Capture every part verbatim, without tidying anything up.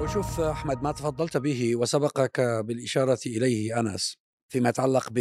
شوف أحمد، ما تفضلت به وسبقك بالإشارة إليه أنس فيما يتعلق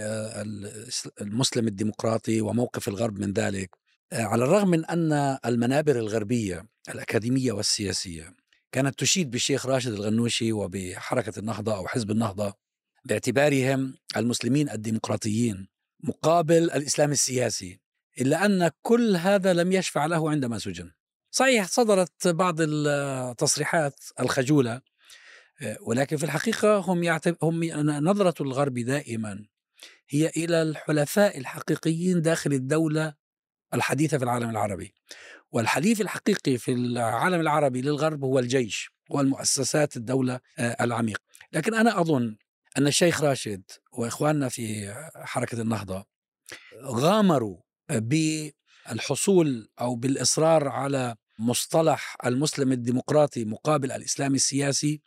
بالمسلم الديمقراطي وموقف الغرب من ذلك، على الرغم من أن المنابر الغربية الأكاديمية والسياسية كانت تشيد بالشيخ راشد الغنوشي وبحركة النهضة أو حزب النهضة باعتبارهم المسلمين الديمقراطيين مقابل الإسلام السياسي، إلا أن كل هذا لم يشفع له عندما سجن. صحيح صدرت بعض التصريحات الخجولة، ولكن في الحقيقة هم يعتب هم نظرة الغرب دائما هي إلى الحلفاء الحقيقيين داخل الدولة الحديثة في العالم العربي، والحليف الحقيقي في العالم العربي للغرب هو الجيش والمؤسسات الدولة العميق. لكن أنا أظن أن الشيخ راشد وإخواننا في حركة النهضة غامروا بالحصول أو بالإصرار على مصطلح المسلم الديمقراطي مقابل الإسلام السياسي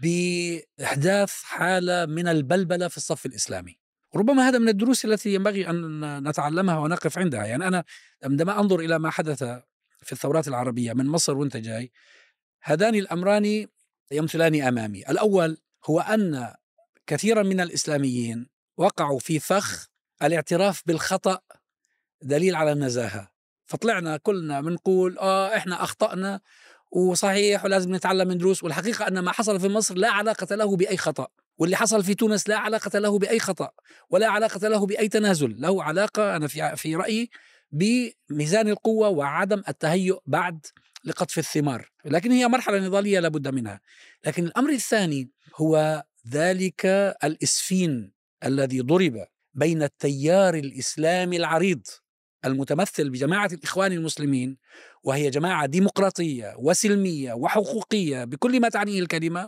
بإحداث حالة من البلبلة في الصف الإسلامي. ربما هذا من الدروس التي ينبغي أن نتعلمها ونقف عندها. يعني أنا عندما أنظر إلى ما حدث في الثورات العربية من مصر وانت جاي، هذان الأمران يمثلان أمامي. الأول هو أن كثيرا من الإسلاميين وقعوا في فخ الاعتراف بالخطأ دليل على النزاهة، فطلعنا كلنا بنقول آه إحنا أخطأنا وصحيح ولازم نتعلم من دروس، والحقيقة أن ما حصل في مصر لا علاقة له بأي خطأ، واللي حصل في تونس لا علاقة له بأي خطأ ولا علاقة له بأي تنازل، له علاقة أنا في في رأيي بميزان القوة وعدم التهيؤ بعد لقطف الثمار، لكن هي مرحلة نضالية لابد منها. لكن الأمر الثاني هو ذلك الإسفين الذي ضرب بين التيار الإسلامي العريض المتمثل بجماعة الإخوان المسلمين، وهي جماعة ديمقراطية وسلمية وحقوقية بكل ما تعنيه الكلمة،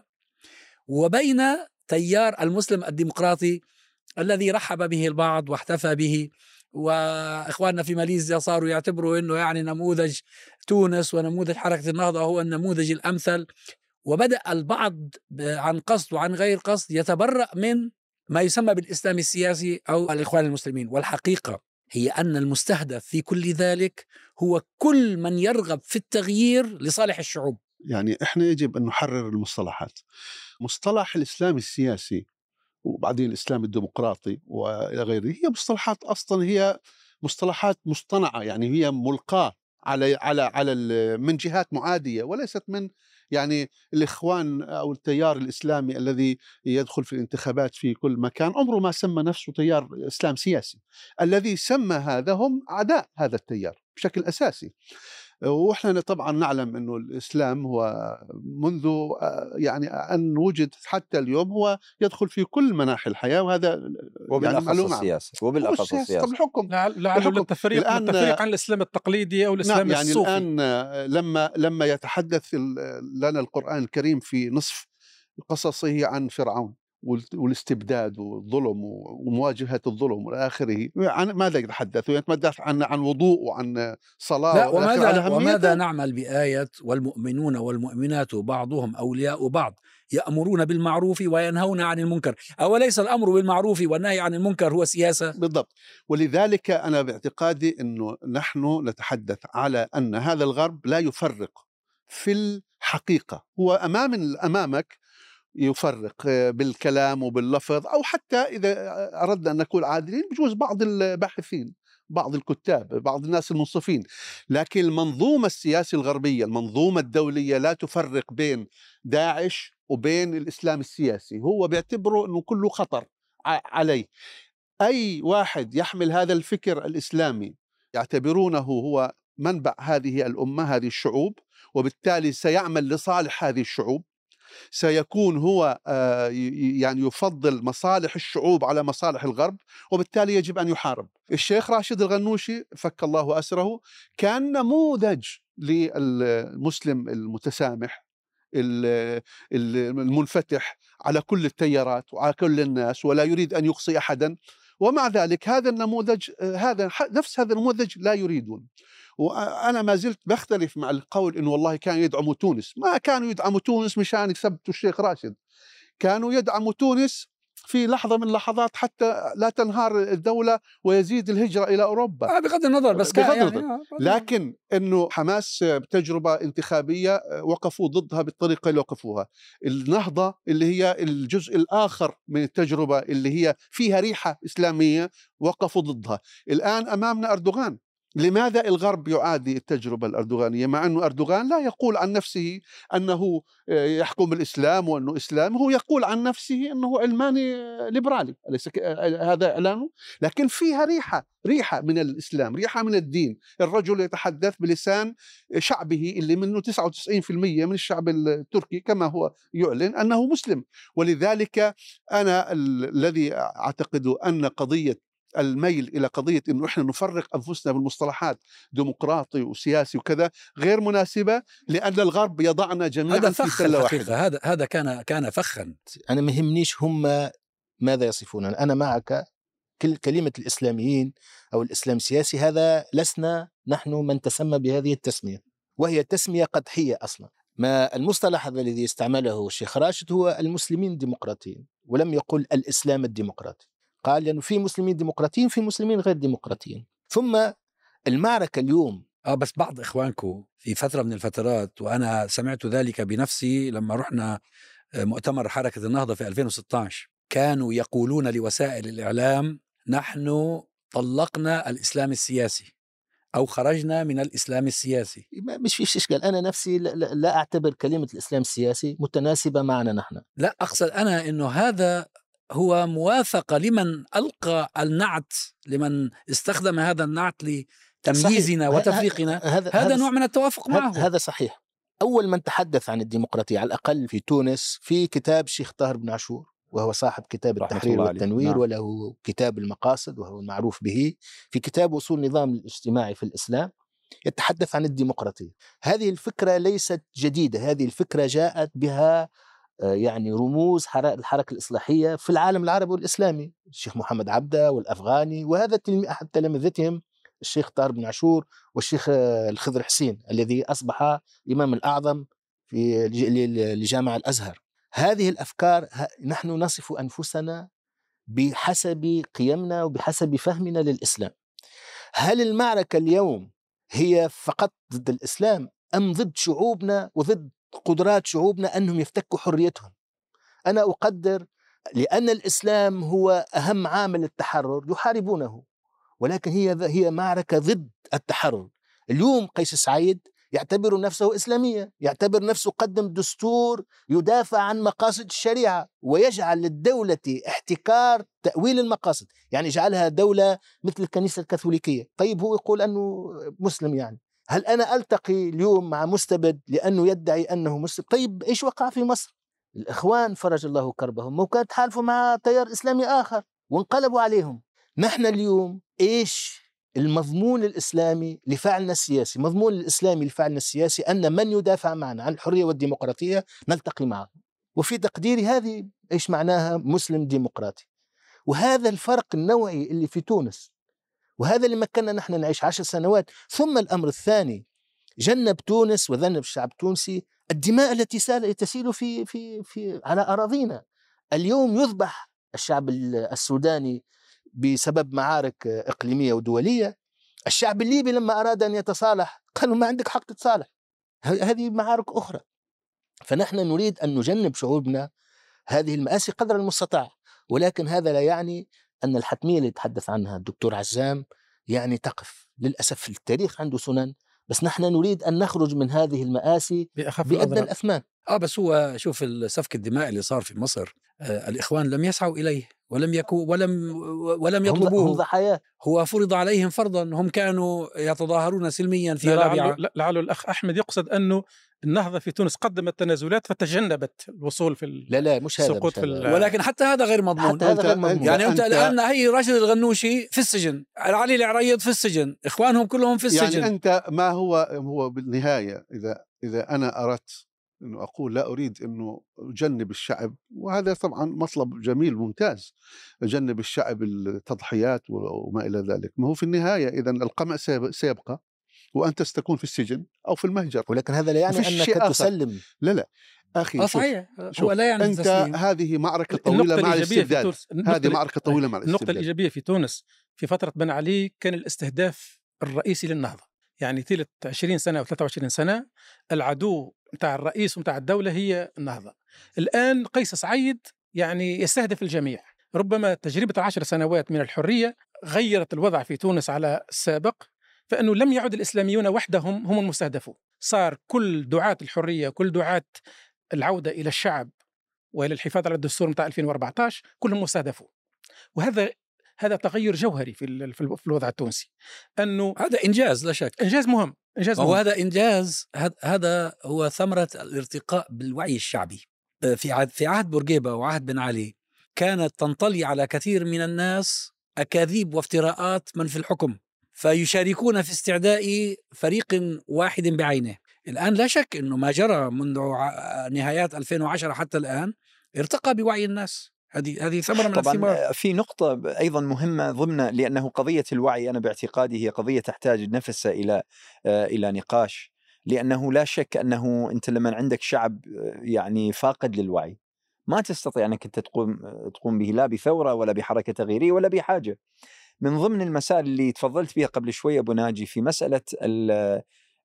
وبين تيار المسلم الديمقراطي الذي رحب به البعض واحتفى به، وإخواننا في ماليزيا صاروا يعتبروا أنه يعني نموذج تونس ونموذج حركة النهضة هو النموذج الأمثل، وبدأ البعض عن قصد وعن غير قصد يتبرأ من ما يسمى بالإسلام السياسي أو الإخوان المسلمين. والحقيقة هي أن المستهدف في كل ذلك هو كل من يرغب في التغيير لصالح الشعوب. يعني إحنا يجب أن نحرر المصطلحات. مصطلح الإسلام السياسي وبعدين الإسلام الديمقراطي وإلى غيره هي مصطلحات أصلا هي مصطلحات مصطنعة، يعني هي ملقاة على على على من جهات معادية وليست من يعني الإخوان أو التيار الإسلامي الذي يدخل في الانتخابات في كل مكان عمره ما سمى نفسه تيار إسلام سياسي. الذي سمى هذا هم أعداء هذا التيار بشكل أساسي. وإحنا طبعا نعلم أنه الإسلام هو منذ يعني أن وجد حتى اليوم هو يدخل في كل مناحي الحياة، وهذا وبالأخص يعني السياسة وبالأخص السياسة. الحكم لعله للتفريق للتفريق عن الإسلام التقليدي أو الإسلام نعم يعني الصوفي. الآن لما لما يتحدث لنا القرآن الكريم في نصف قصصه عن فرعون والاستبداد والظلم ومواجهة الظلم والى آخره، عن ماذا يتحدث؟ يتحدث عن عن وضوء وعن صلاة. لا وماذا, وماذا نعمل بآية والمؤمنون والمؤمنات بعضهم أولياء بعض يأمرون بالمعروف وينهون عن المنكر؟ أوليس الأمر بالمعروف والنهي عن المنكر هو سياسة؟ بالضبط. ولذلك أنا باعتقادي أنه نحن نتحدث على أن هذا الغرب لا يفرق في الحقيقة، هو أمام أمامك يفرق بالكلام وباللفظ، أو حتى إذا أردنا أن نكون عادلين بجوز بعض الباحثين بعض الكتاب بعض الناس المنصفين، لكن المنظومة السياسية الغربية المنظومة الدولية لا تفرق بين داعش وبين الإسلام السياسي. هو بيعتبره أنه كله خطر عليه. أي واحد يحمل هذا الفكر الإسلامي يعتبرونه هو منبع هذه الأمة هذه الشعوب، وبالتالي سيعمل لصالح هذه الشعوب، سيكون هو يعني يفضل مصالح الشعوب على مصالح الغرب، وبالتالي يجب أن يحارب. الشيخ راشد الغنوشي فك الله أسره كان نموذج للمسلم المتسامح المنفتح على كل التيارات وعلى كل الناس ولا يريد أن يقصي أحدا، ومع ذلك هذا النموذج هذا نفس هذا النموذج لا يريدون. وأنا ما زلت بختلف مع القول إنه والله كانوا يدعموا تونس. ما كانوا يدعموا تونس مشان يثبتوا الشيخ راشد، كانوا يدعموا تونس في لحظة من اللحظات حتى لا تنهار الدولة ويزيد الهجرة إلى أوروبا. آه بغض النظر بس كان يعني آه لكن أنه حماس تجربة انتخابية وقفوا ضدها بالطريقة اللي وقفوها. النهضة اللي هي الجزء الآخر من التجربة اللي هي فيها ريحة إسلامية وقفوا ضدها. الآن أمامنا أردوغان. لماذا الغرب يعادي التجربة الأردوغانية مع أنه أردوغان لا يقول عن نفسه أنه يحكم الإسلام وأنه إسلام، هو يقول عن نفسه أنه علماني ليبرالي، أليس هذا إعلانه؟ لكن فيها ريحة ريحة من الإسلام، ريحة من الدين. الرجل يتحدث بلسان شعبه اللي منه تسعة وتسعين بالمئة من الشعب التركي كما هو يعلن أنه مسلم. ولذلك أنا الذي أعتقد أن قضية الميل إلى قضية إنه إحنا نفرق أنفسنا بالمصطلحات ديمقراطي وسياسي وكذا غير مناسبة، لأن الغرب يضعنا جميعا في سلة واحدة. هذا هذا كان كان فخا. أنا ما يهمنيش هم ماذا يصفون، أنا معك. كل كلمة الإسلاميين أو الإسلام السياسي هذا لسنا نحن من تسمى بهذه التسمية، وهي تسمية قدحية أصلا. ما المصطلح الذي استعمله الشيخ راشد هو المسلمين الديمقراطيين، ولم يقل الإسلام الديمقراطي، قال لأنه في مسلمين ديمقراطيين في مسلمين غير ديمقراطيين. ثم المعركة اليوم آه بس بعض إخوانكم في فترة من الفترات، وأنا سمعت ذلك بنفسي لما رحنا مؤتمر حركة النهضة في ألفين وستة عشر، كانوا يقولون لوسائل الإعلام نحن طلقنا الإسلام السياسي أو خرجنا من الإسلام السياسي. مش فيش إشكال، أنا نفسي لا, لا أعتبر كلمة الإسلام السياسي متناسبة معنا نحن. لا أقصد أنا أنه هذا هو موافقة لمن ألقى النعت، لمن استخدم هذا النعت لتمييزنا وتفريقنا. هذا, هذا نوع من التوافق معه. هذا صحيح. أول من تحدث عن الديمقراطية على الأقل في تونس في كتاب الشيخ طاهر بن عاشور، وهو صاحب كتاب التحرير والتنوير، نعم. وله كتاب المقاصد وهو المعروف به. في كتاب وصول النظام الاجتماعي في الإسلام يتحدث عن الديمقراطية. هذه الفكرة ليست جديدة، هذه الفكرة جاءت بها يعني رموز الحركة الإصلاحية في العالم العربي والإسلامي، الشيخ محمد عبده والأفغاني، وهذا أحد تلامذتهم الشيخ طاهر بن عاشور والشيخ الخضر حسين الذي أصبح الإمام الأعظم في لجامع الأزهر. هذه الأفكار نحن نصف أنفسنا بحسب قيمنا وبحسب فهمنا للإسلام. هل المعركة اليوم هي فقط ضد الإسلام أم ضد شعوبنا وضد قدرات شعوبنا أنهم يفتكوا حريتهم؟ أنا أقدر لأن الإسلام هو أهم عامل التحرر يحاربونه، ولكن هي هي معركة ضد التحرر. اليوم قيس سعيد يعتبر نفسه إسلامية، يعتبر نفسه قدم دستور يدافع عن مقاصد الشريعة ويجعل للدولة احتكار تأويل المقاصد، يعني يجعلها دولة مثل الكنيسة الكاثوليكية. طيب هو يقول أنه مسلم، يعني هل أنا ألتقي اليوم مع مستبد لأنه يدعي أنه مسلم؟ طيب إيش وقع في مصر؟ الإخوان فرج الله كربهم وكانت تحالفوا مع تيار إسلامي آخر وانقلبوا عليهم. نحن اليوم إيش المضمون الإسلامي لفعلنا السياسي؟ مضمون الإسلامي لفعلنا السياسي أن من يدافع معنا عن الحرية والديمقراطية نلتقي معه، وفي تقديري هذه إيش معناها مسلم ديمقراطي. وهذا الفرق النوعي اللي في تونس، وهذا اللي مكننا نحن نعيش عشر سنوات. ثم الأمر الثاني، جنب تونس وذنب الشعب التونسي الدماء التي تسيل في في في على أراضينا. اليوم يذبح الشعب السوداني بسبب معارك إقليمية ودولية. الشعب الليبي لما أراد أن يتصالح قالوا ما عندك حق تتصالح، هذه معارك أخرى. فنحن نريد أن نجنب شعوبنا هذه المآسي قدر المستطاع، ولكن هذا لا يعني أن الحتمية اللي يتحدث عنها الدكتور عزام يعني تقف. للأسف التاريخ عنده سنن، بس نحن نريد أن نخرج من هذه المآسي بأدنى الأثمان. آه بس هو شوف سفك الدماء اللي صار في مصر، آه الإخوان لم يسعوا إليه ولم يكو ولم ولم يطلبوه، هم ضحايا، هو فرض عليهم فرضا. هم كانوا يتظاهرون سلميا في رابعة. لعل الأخ أحمد يقصد أنه النهضة في تونس قدمت تنازلات فتجنبت الوصول في لا لا مش هذا, مش هذا. ولكن حتى هذا غير مضمون. حتى هذا غير مضمون. يعني أنت, أنت الآن هي راشد الغنوشي في السجن، علي العريض في السجن، إخوانهم كلهم في السجن. يعني أنت ما هو هو بالنهاية إذا إذا أنا أردت إنه أقول لا أريد إنه أجنب الشعب، وهذا طبعا مطلب جميل ممتاز، أجنب الشعب التضحيات وما إلى ذلك، ما هو في النهاية إذا القمع سيبقى وأنت ستكون في السجن أو في المهجر. ولكن هذا لا يعني أنك تسلم. لا لا أخي صحيح، هو لا يعني أنت التسليم. هذه معركة طويلة مع الاستبداد. هذه معركة طويلة مع الاستبداد. النقطة الإيجابية في تونس في فترة بن علي كان الاستهداف الرئيسي للنهضة، يعني طيلة عشرين سنة أو ثلاثة وعشرين سنة العدو متاع الرئيس ومتاع الدولة هي النهضة. الآن قيس سعيد يعني يستهدف الجميع. ربما تجربة العشر سنوات من الحرية غيرت الوضع في تونس على السابق، فإنه لم يعد الإسلاميون وحدهم هم المستهدفون، صار كل دعاة الحرية، كل دعاة العودة إلى الشعب وإلى الحفاظ على الدستور متاع ألفين وأربعة عشر كلهم مستهدفون. وهذا هذا تغير جوهري في في الوضع التونسي، أنه هذا إنجاز لا شك، إنجاز مهم، إنجاز مهم. وهذا إنجاز، هذا هو ثمرة الارتقاء بالوعي الشعبي. في عهد في عهد بورقيبة وعهد بن علي كانت تنطلي على كثير من الناس أكاذيب وافتراءات من في الحكم، فيشاركون في استعداء فريق واحد بعينه. الآن لا شك أنه ما جرى منذ نهايات ألفين وعشرة حتى الآن ارتقى بوعي الناس. هذه هذه ثمرة من طبعا الثمار. في نقطة أيضا مهمة ضمن، لأنه قضية الوعي أنا باعتقادي هي قضية تحتاج نفسها إلى إلى نقاش، لأنه لا شك أنه أنت لما عندك شعب يعني فاقد للوعي ما تستطيع أنك أنت تقوم تقوم به لا بثورة ولا بحركة تغييرية ولا بحاجة. من ضمن المسائل اللي تفضلت بها قبل شوية أبو ناجي في مسألة ال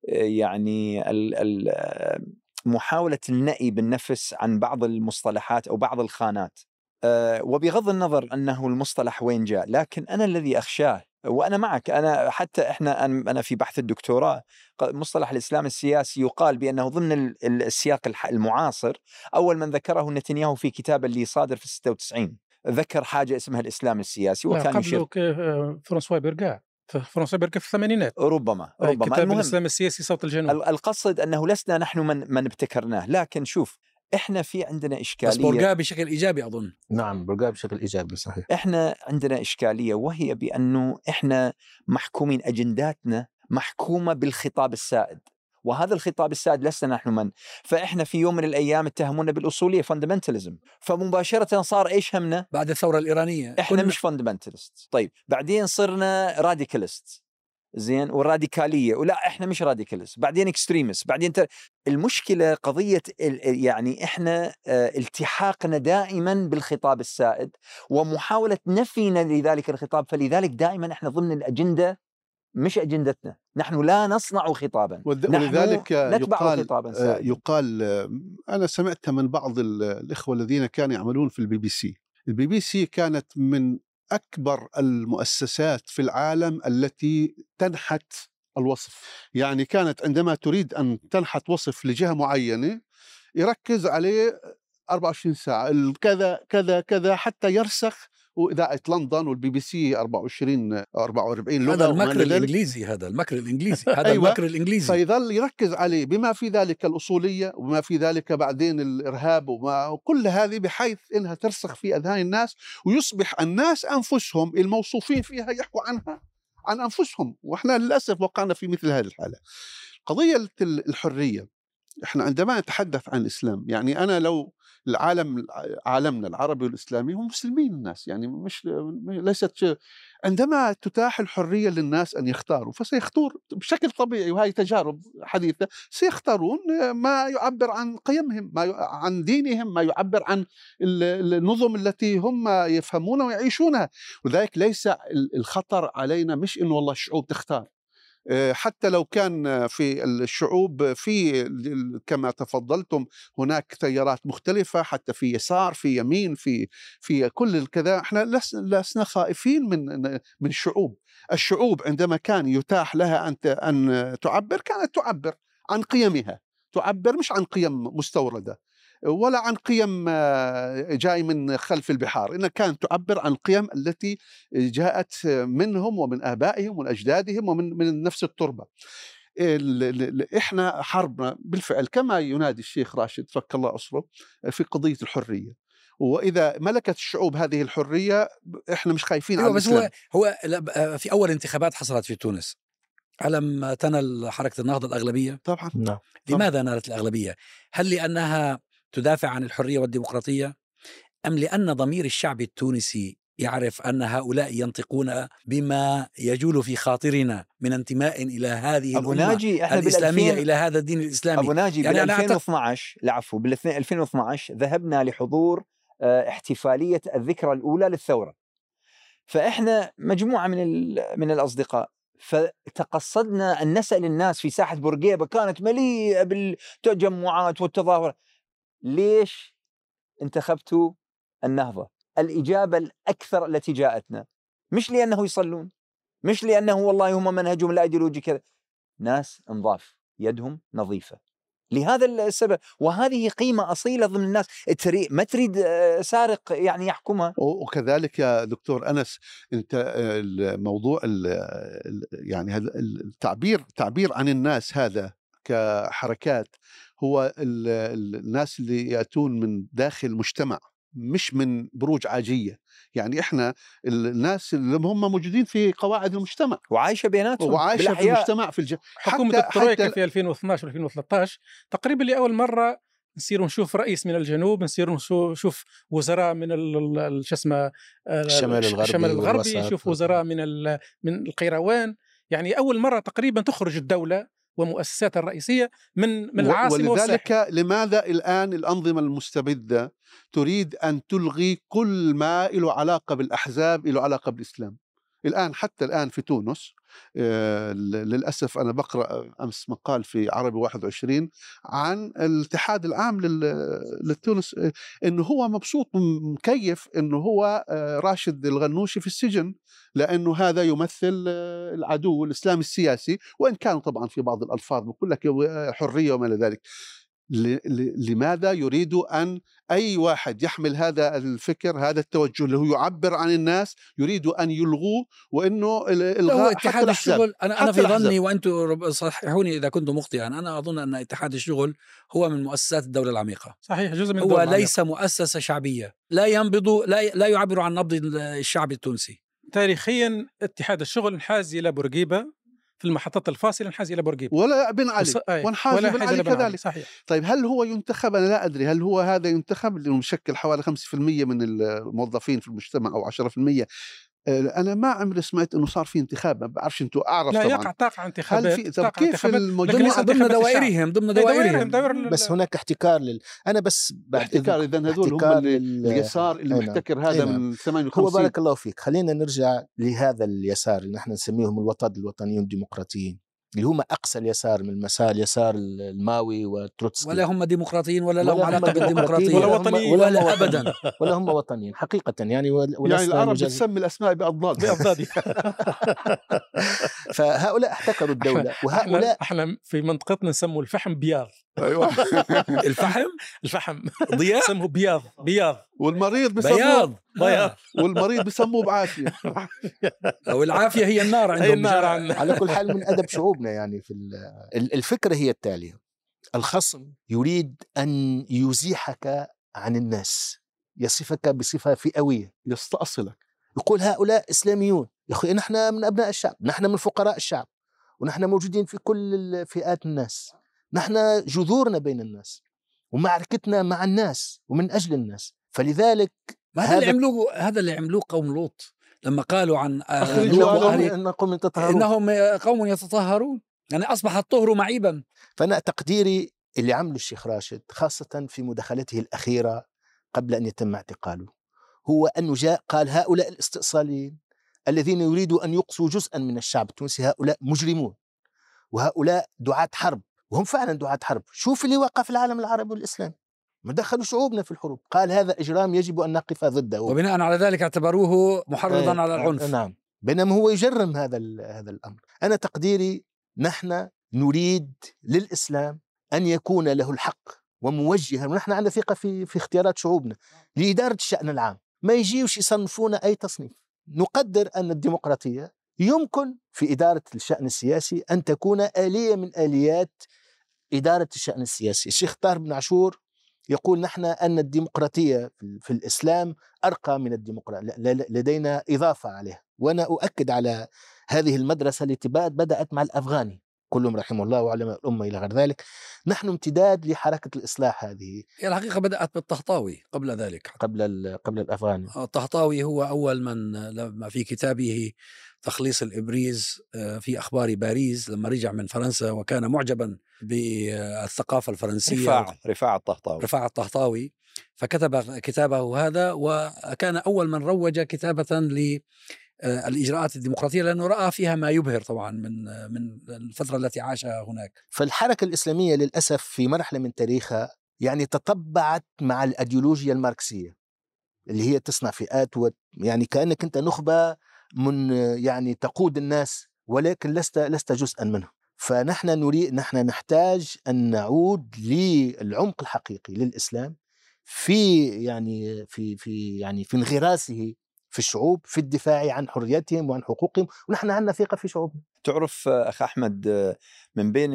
يعني ال ال محاولة النأي بالنفس عن بعض المصطلحات أو بعض الخانات، أه وبغض النظر أنه المصطلح وين جاء، لكن أنا الذي أخشاه، وأنا معك، أنا حتى إحنا أنا في بحث الدكتوراه مصطلح الإسلام السياسي يقال بأنه ضمن السياق المعاصر أول من ذكره نتنياهو في كتابه اللي صادر في ستة وتسعين ذكر حاجة اسمها الإسلام السياسي، وكان قبله فرانسوا بيرغا فرنسا بيركب في الثمانينات ربما ربما كتاب الإسلام السياسي صوت الجنوب. القصد أنه لسنا نحن من من ابتكرناه، لكن شوف إحنا في عندنا إشكالية. بس بورقا بشكل إيجابي أظن. نعم بورقا بشكل إيجابي صحيح. إحنا عندنا إشكالية وهي بأنه إحنا محكومين، أجنداتنا محكومة بالخطاب السائد، وهذا الخطاب السائد لسنا نحن من. فإحنا في يوم من الأيام اتهمونا بالأصولية fundamentalism، فمباشرة صار إيش همنا بعد الثورة الإيرانية إحنا مش fundamentalist. طيب بعدين صرنا radicalist، زين، والراديكالية، ولا إحنا مش راديكالست، بعدين اكستريمست، بعدين تر... المشكلة قضية ال... يعني إحنا اه التحاقنا دائما بالخطاب السائد ومحاولة نفينا لذلك الخطاب، فلذلك دائما إحنا ضمن الأجندة مش أجندتنا، نحن لا نصنع خطابا، ولذلك يقال خطابا يقال أنا سمعت من بعض الإخوة الذين كانوا يعملون في البي بي سي. البي بي سي كانت من أكبر المؤسسات في العالم التي تنحت الوصف، يعني كانت عندما تريد أن تنحت وصف لجهة معينة يركز عليه أربعة وعشرين ساعة كذا كذا كذا حتى يرسخ، وإذاعة لندن والبي بي سي أربعة وعشرين أربعة وأربعين لغة. هذا المكر الإنجليزي، هذا المكر الإنجليزي هذا أيوة. المكر الإنجليزي فيظل يركز عليه بما في ذلك الأصولية وما في ذلك بعدين الإرهاب وما كل هذه، بحيث إنها ترسخ في أذهان الناس ويصبح الناس أنفسهم الموصوفين فيها يحكوا عنها عن أنفسهم. وإحنا للأسف وقعنا في مثل هذه الحالة. قضية الحرية، إحنا عندما نتحدث عن الإسلام، يعني أنا لو العالم عالمنا العربي والإسلامي هم مسلمين الناس، يعني مش ليست، عندما تتاح الحرية للناس أن يختاروا فسيختار بشكل طبيعي، وهي تجارب حديثة، سيختارون ما يعبر عن قيمهم، ما عن دينهم، ما يعبر عن النظم التي هم يفهمونها ويعيشونها. وذلك ليس الخطر علينا مش إنه والله الشعوب تختار، حتى لو كان في الشعوب في كما تفضلتم هناك تيارات مختلفة، حتى في يسار في يمين في في كل الكذا، احنا لسنا خائفين من من الشعوب. الشعوب عندما كان يتاح لها ان ان تعبر كانت تعبر عن قيمها، تعبر مش عن قيم مستوردة ولا عن قيم جاي من خلف البحار، إنها كانت تعبر عن القيم التي جاءت منهم ومن آبائهم ومن أجدادهم ومن من نفس التربة. إحنا حربنا بالفعل كما ينادي الشيخ راشد فك الله أسره في قضية الحرية، وإذا ملكت الشعوب هذه الحرية إحنا مش خايفين على الإسلام. بس هو هو في أول انتخابات حصلت في تونس ألم تنل حركة النهضة الأغلبية؟ طبعا. نعم. لماذا نالت الأغلبية؟ هل لأنها تدافع عن الحرية والديمقراطية، أم لأن ضمير الشعب التونسي يعرف أن هؤلاء ينطقون بما يجول في خاطرنا من انتماء إلى هذه أبو الأمة ناجي احنا الإسلامية بالألفين إلى هذا الدين الإسلامي. أبو ناجي يعني بال ألفين واثني عشر العفو بال ألفين واثني عشر ذهبنا لحضور احتفالية الذكرى الأولى للثورة، فإحنا مجموعة من من الأصدقاء فتقصدنا أن نسأل الناس في ساحة بورقيبة كانت مليئة بالتجمعات والتظاهرات، ليش انتخبتوا النهضة؟ الإجابة الأكثر التي جاءتنا مش لأنه يصلون، مش لأنه والله هم منهجهم الأيديولوجي كذا، ناس نظاف يدهم نظيفة لهذا السبب، وهذه قيمة أصيلة ضمن الناس. ما تريد سارق يعني يحكمها. وكذلك يا دكتور أنس، أنت الموضوع يعني هذا التعبير تعبير عن الناس هذا كحركات، هو الناس اللي يأتون من داخل المجتمع مش من بروج عاجية. يعني إحنا الناس اللي هم موجودين في قواعد المجتمع وعايشة بيناتهم وعايشة في المجتمع في الج... حكومة الترويكا في ألفين واثني عشر ألفين وثلاثة عشر تقريبا لأول مرة نصير نشوف رئيس من الجنوب، نصير نشوف وزراء من شو اسمه الشمال الغربي, الشمال الغربي نشوف وزراء من من القيروان. يعني أول مرة تقريبا تخرج الدولة ومؤسساتها الرئيسية من من العاصمة. ولذلك والساحل. لماذا الآن الأنظمة المستبدة تريد أن تلغي كل ما له علاقة بالأحزاب له علاقة بالإسلام؟ الآن حتى الآن في تونس آه للأسف أنا بقرأ أمس مقال في عربي واحد وعشرين عن الاتحاد العام للتونس، آه إنه هو مبسوط مكيف إنه هو آه راشد الغنوشي في السجن، لأنه هذا يمثل آه العدو الإسلامي السياسي، وإن كان طبعا في بعض الألفاظ بقول لك حرية وما إلى ذلك. لماذا يريد أن أي واحد يحمل هذا الفكر هذا التوجه اللي هو يعبر عن الناس يريد أن يلغوه، وإنه الغاء اتحاد الشغل؟ أنا أنا في ظني وأنتم صححوني إذا كنت مخطئا، أنا أظن أن اتحاد الشغل هو من مؤسسات الدولة العميقة. صحيح، جزء من هو ليس مؤسسة شعبية، لا ينبض لا لا يعبر عن نبض الشعب التونسي. تاريخيا اتحاد الشغل انحاز إلى بورقيبة في المحطات الفاصلة، انحاز إلى بورقيبة ولا بن علي وانحاز بن علي كذلك. صحيح. طيب هل هو ينتخب؟ أنا لا أدري هل هو هذا ينتخب لأنه يشكل حوالي خمسة بالمئة من الموظفين في المجتمع أو عشرة بالمئة. أنا ما عمري سمعت إنه صار في انتخاب، ما بعرفش أنتوا أعرف لا طبعا. يقع تقع انتخابات. هل في كيف الموضوع ضمن دوائرهم ضمن دوائرهم دور بس هناك احتكار لل... أنا بس احتكار إذا هذول هم اللي اليسار اللي محتكر هذا من ثمانية وخمسين. هو بارك الله فيك، خلينا نرجع لهذا اليسار اللي نحن نسميهم الوطد الوطنيين الديمقراطيين، اللي هم أقصى اليسار من المسار اليسار الماوي وتروتسكي. ولا هم ديمقراطيين ولا لهم علاقة بالديمقراطية ولا وطنيين ولا, ولا أبدا ولا هم وطنيين حقيقة. يعني يعني العرب بتسمي الأسماء بأضداد بأضداد فهؤلاء احتكروا الدولة، وهؤلاء احنا في منطقتنا نسموا الفحم بياض. أيوة الفحم الفحم ضياء سموه بياض بياض والمريض بسموه بياض بياض والمريض بسموه بعافية أو العافية هي النار عندهم. النار على كل حال من أدب شعوبنا. يعني في الفكرة هي التالية: الخصم يريد أن يزيحك عن الناس، يصفك بصفة فئوية، يستأصلك، يقول هؤلاء إسلاميون. يا أخي نحن من أبناء الشعب، نحن من فقراء الشعب، ونحن موجودين في كل فئات الناس، نحن جذورنا بين الناس ومعركتنا مع الناس ومن أجل الناس. فلذلك هذا اللي عملوه هذا اللي عملوه قوم لوط لما قالوا عن إنهم قوم يتطهرون، إنهم قوم يتطهرون، يعني أصبح الطهر معيبا. فأنا تقديري اللي عمله الشيخ راشد خاصة في مداخلته الأخيرة قبل أن يتم اعتقاله هو أنه جاء قال هؤلاء الاستئصاليين الذين يريدوا أن يقصوا جزءا من الشعب التونسي هؤلاء مجرمون، وهؤلاء دعاة حرب، وهم فعلا دعاة حرب. شوف اللي وقع في العالم العربي والإسلامي، ما دخلوا شعوبنا في الحروب. قال هذا إجرام يجب أن نقف ضده، وبناء على ذلك اعتبروه محرضا آه على العنف. نعم، بينما هو يجرم هذا هذا الأمر. أنا تقديري نحن نريد للإسلام أن يكون له الحق وموجها، ونحن عندنا ثقة في في اختيارات شعوبنا لإدارة الشأن العام، ما يجيوش يصنفون أي تصنيف. نقدر أن الديمقراطية يمكن في إدارة الشأن السياسي أن تكون آلية من آليات إدارة الشأن السياسي. الشيخ طاهر بن عاشور يقول نحن أن الديمقراطية في الإسلام أرقى من الديمقراطية، لدينا إضافة عليها. وأنا أؤكد على هذه المدرسة التي بدأت مع الأفغاني. كلهم رحمه الله وعلماء الأمة إلى غير ذلك. نحن امتداد لحركة الإصلاح هذه. هي الحقيقة بدأت بالطهطاوي قبل ذلك، قبل قبل الأفغان. الطهطاوي هو أول من لما في كتابه تخليص الإبريز في أخبار باريس لما رجع من فرنسا وكان معجبا بالثقافة الفرنسية، رفاعة رفاعة الطهطاوي رفاعة الطهطاوي، فكتب كتابه هذا، وكان أول من روج كتابة للإجراءات الديمقراطية لأنه رأى فيها ما يبهر طبعا من من الفترة التي عاشها هناك. فالحركة الإسلامية للأسف في مرحلة من تاريخها يعني تطبعت مع الأيديولوجيا الماركسية اللي هي تصنع فئات، يعني كأنك أنت نخبة من يعني تقود الناس ولكن لست لست جزءا منه. فنحن نريد نحن نحتاج أن نعود للعمق الحقيقي للإسلام في يعني في في يعني في انغراسه في الشعوب، في الدفاع عن حريتهم وعن حقوقهم، ونحن عندنا ثقة في شعوبنا. تعرف أخ أحمد، من بين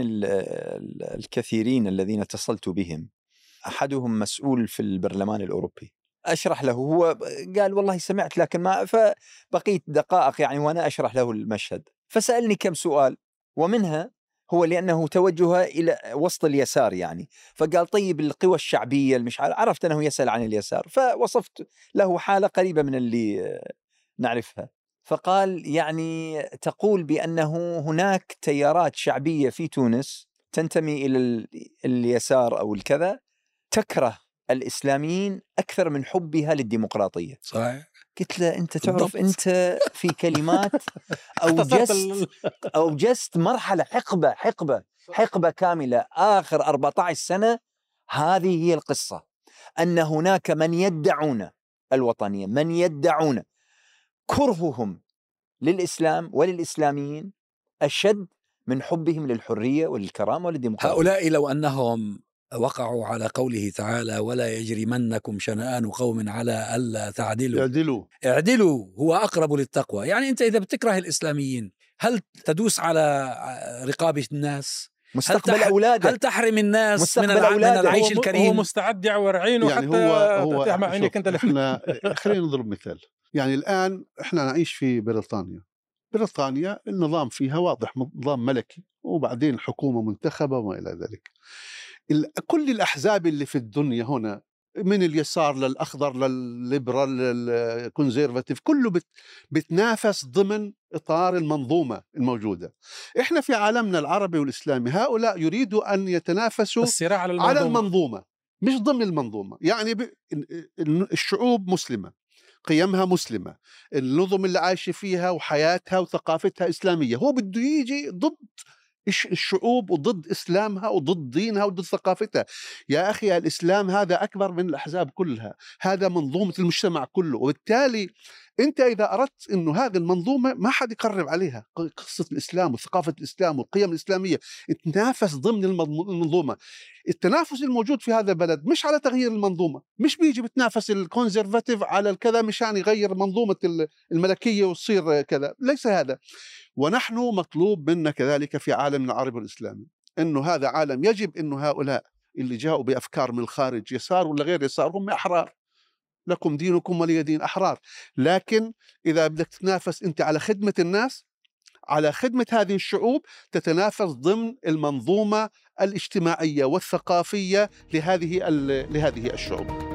الكثيرين الذين اتصلت بهم أحدهم مسؤول في البرلمان الأوروبي، أشرح له، هو قال والله سمعت لكن ما، فبقيت دقائق يعني وأنا أشرح له المشهد، فسألني كم سؤال، ومنها هو لأنه توجه إلى وسط اليسار يعني، فقال طيب القوى الشعبية المش عرفت أنه يسأل عن اليسار، فوصفت له حالة قريبة من اللي نعرفها، فقال يعني تقول بأنه هناك تيارات شعبية في تونس تنتمي إلى اليسار أو الكذا تكره الإسلاميين أكثر من حبها للديمقراطية. صحيح. قلت له أنت تعرف أنت في كلمات أوجست أوجست مرحلة حقبة حقبة حقبة كاملة آخر أربعة عشر سنة. هذه هي القصة، أن هناك من يدعون الوطنية، من يدعون كرههم للإسلام وللإسلاميين أشد من حبهم للحرية وللكرامة وللديمقراطية. هؤلاء لو أنهم وقعوا على قوله تعالى ولا يجرمنكم شنآن قوم على ألا تعدلوا اعدلوا اعدلوا هو أقرب للتقوى، يعني أنت إذا بتكره الإسلاميين هل تدوس على رقاب الناس؟ مستقبل هل, تح... أولادك. هل تحرم الناس من, الع... من العيش هو الكريم؟ هو مستعد يعور عينه يعني حتى هو هو تحمى عينيك أنت. احنا خلينا نضرب مثال. يعني الآن احنا نعيش في بريطانيا. بريطانيا النظام فيها واضح، نظام ملكي وبعدين حكومة منتخبة وما إلى ذلك. كل الأحزاب اللي في الدنيا هنا من اليسار للأخضر للليبرال للكونزيرفاتيف كله بت بتنافس ضمن إطار المنظومة الموجودة. إحنا في عالمنا العربي والإسلامي هؤلاء يريدوا أن يتنافسوا الصراع على المنظومة. على المنظومة مش ضمن المنظومة. يعني ب... الشعوب مسلمة، قيمها مسلمة، النظم اللي عايشة فيها وحياتها وثقافتها إسلامية، هو بده يجي ضد الشعوب وضد إسلامها وضد دينها وضد ثقافتها. يا أخي الإسلام هذا أكبر من الأحزاب كلها، هذا منظومة المجتمع كله، وبالتالي أنت إذا أردت أنه هذه المنظومة ما حد يقرب عليها قصة الإسلام وثقافة الإسلام والقيم الإسلامية، تنافس ضمن المنظومة. التنافس الموجود في هذا البلد مش على تغيير المنظومة، مش بيجي بتنافس الكونسرفاتيف على الكذا مشان يغير منظومة الملكية وتصير كذا، ليس هذا. ونحن مطلوب منا كذلك في عالمنا العربي والإسلامي أنه هذا عالم يجب أنه هؤلاء اللي جاءوا بأفكار من الخارج يسار ولا غير يسار هم أحرار، لكم دينكم ولي دين، أحرار. لكن إذا بدك تتنافس أنت على خدمة الناس، على خدمة هذه الشعوب، تتنافس ضمن المنظومة الاجتماعية والثقافية لهذه لهذه الشعوب.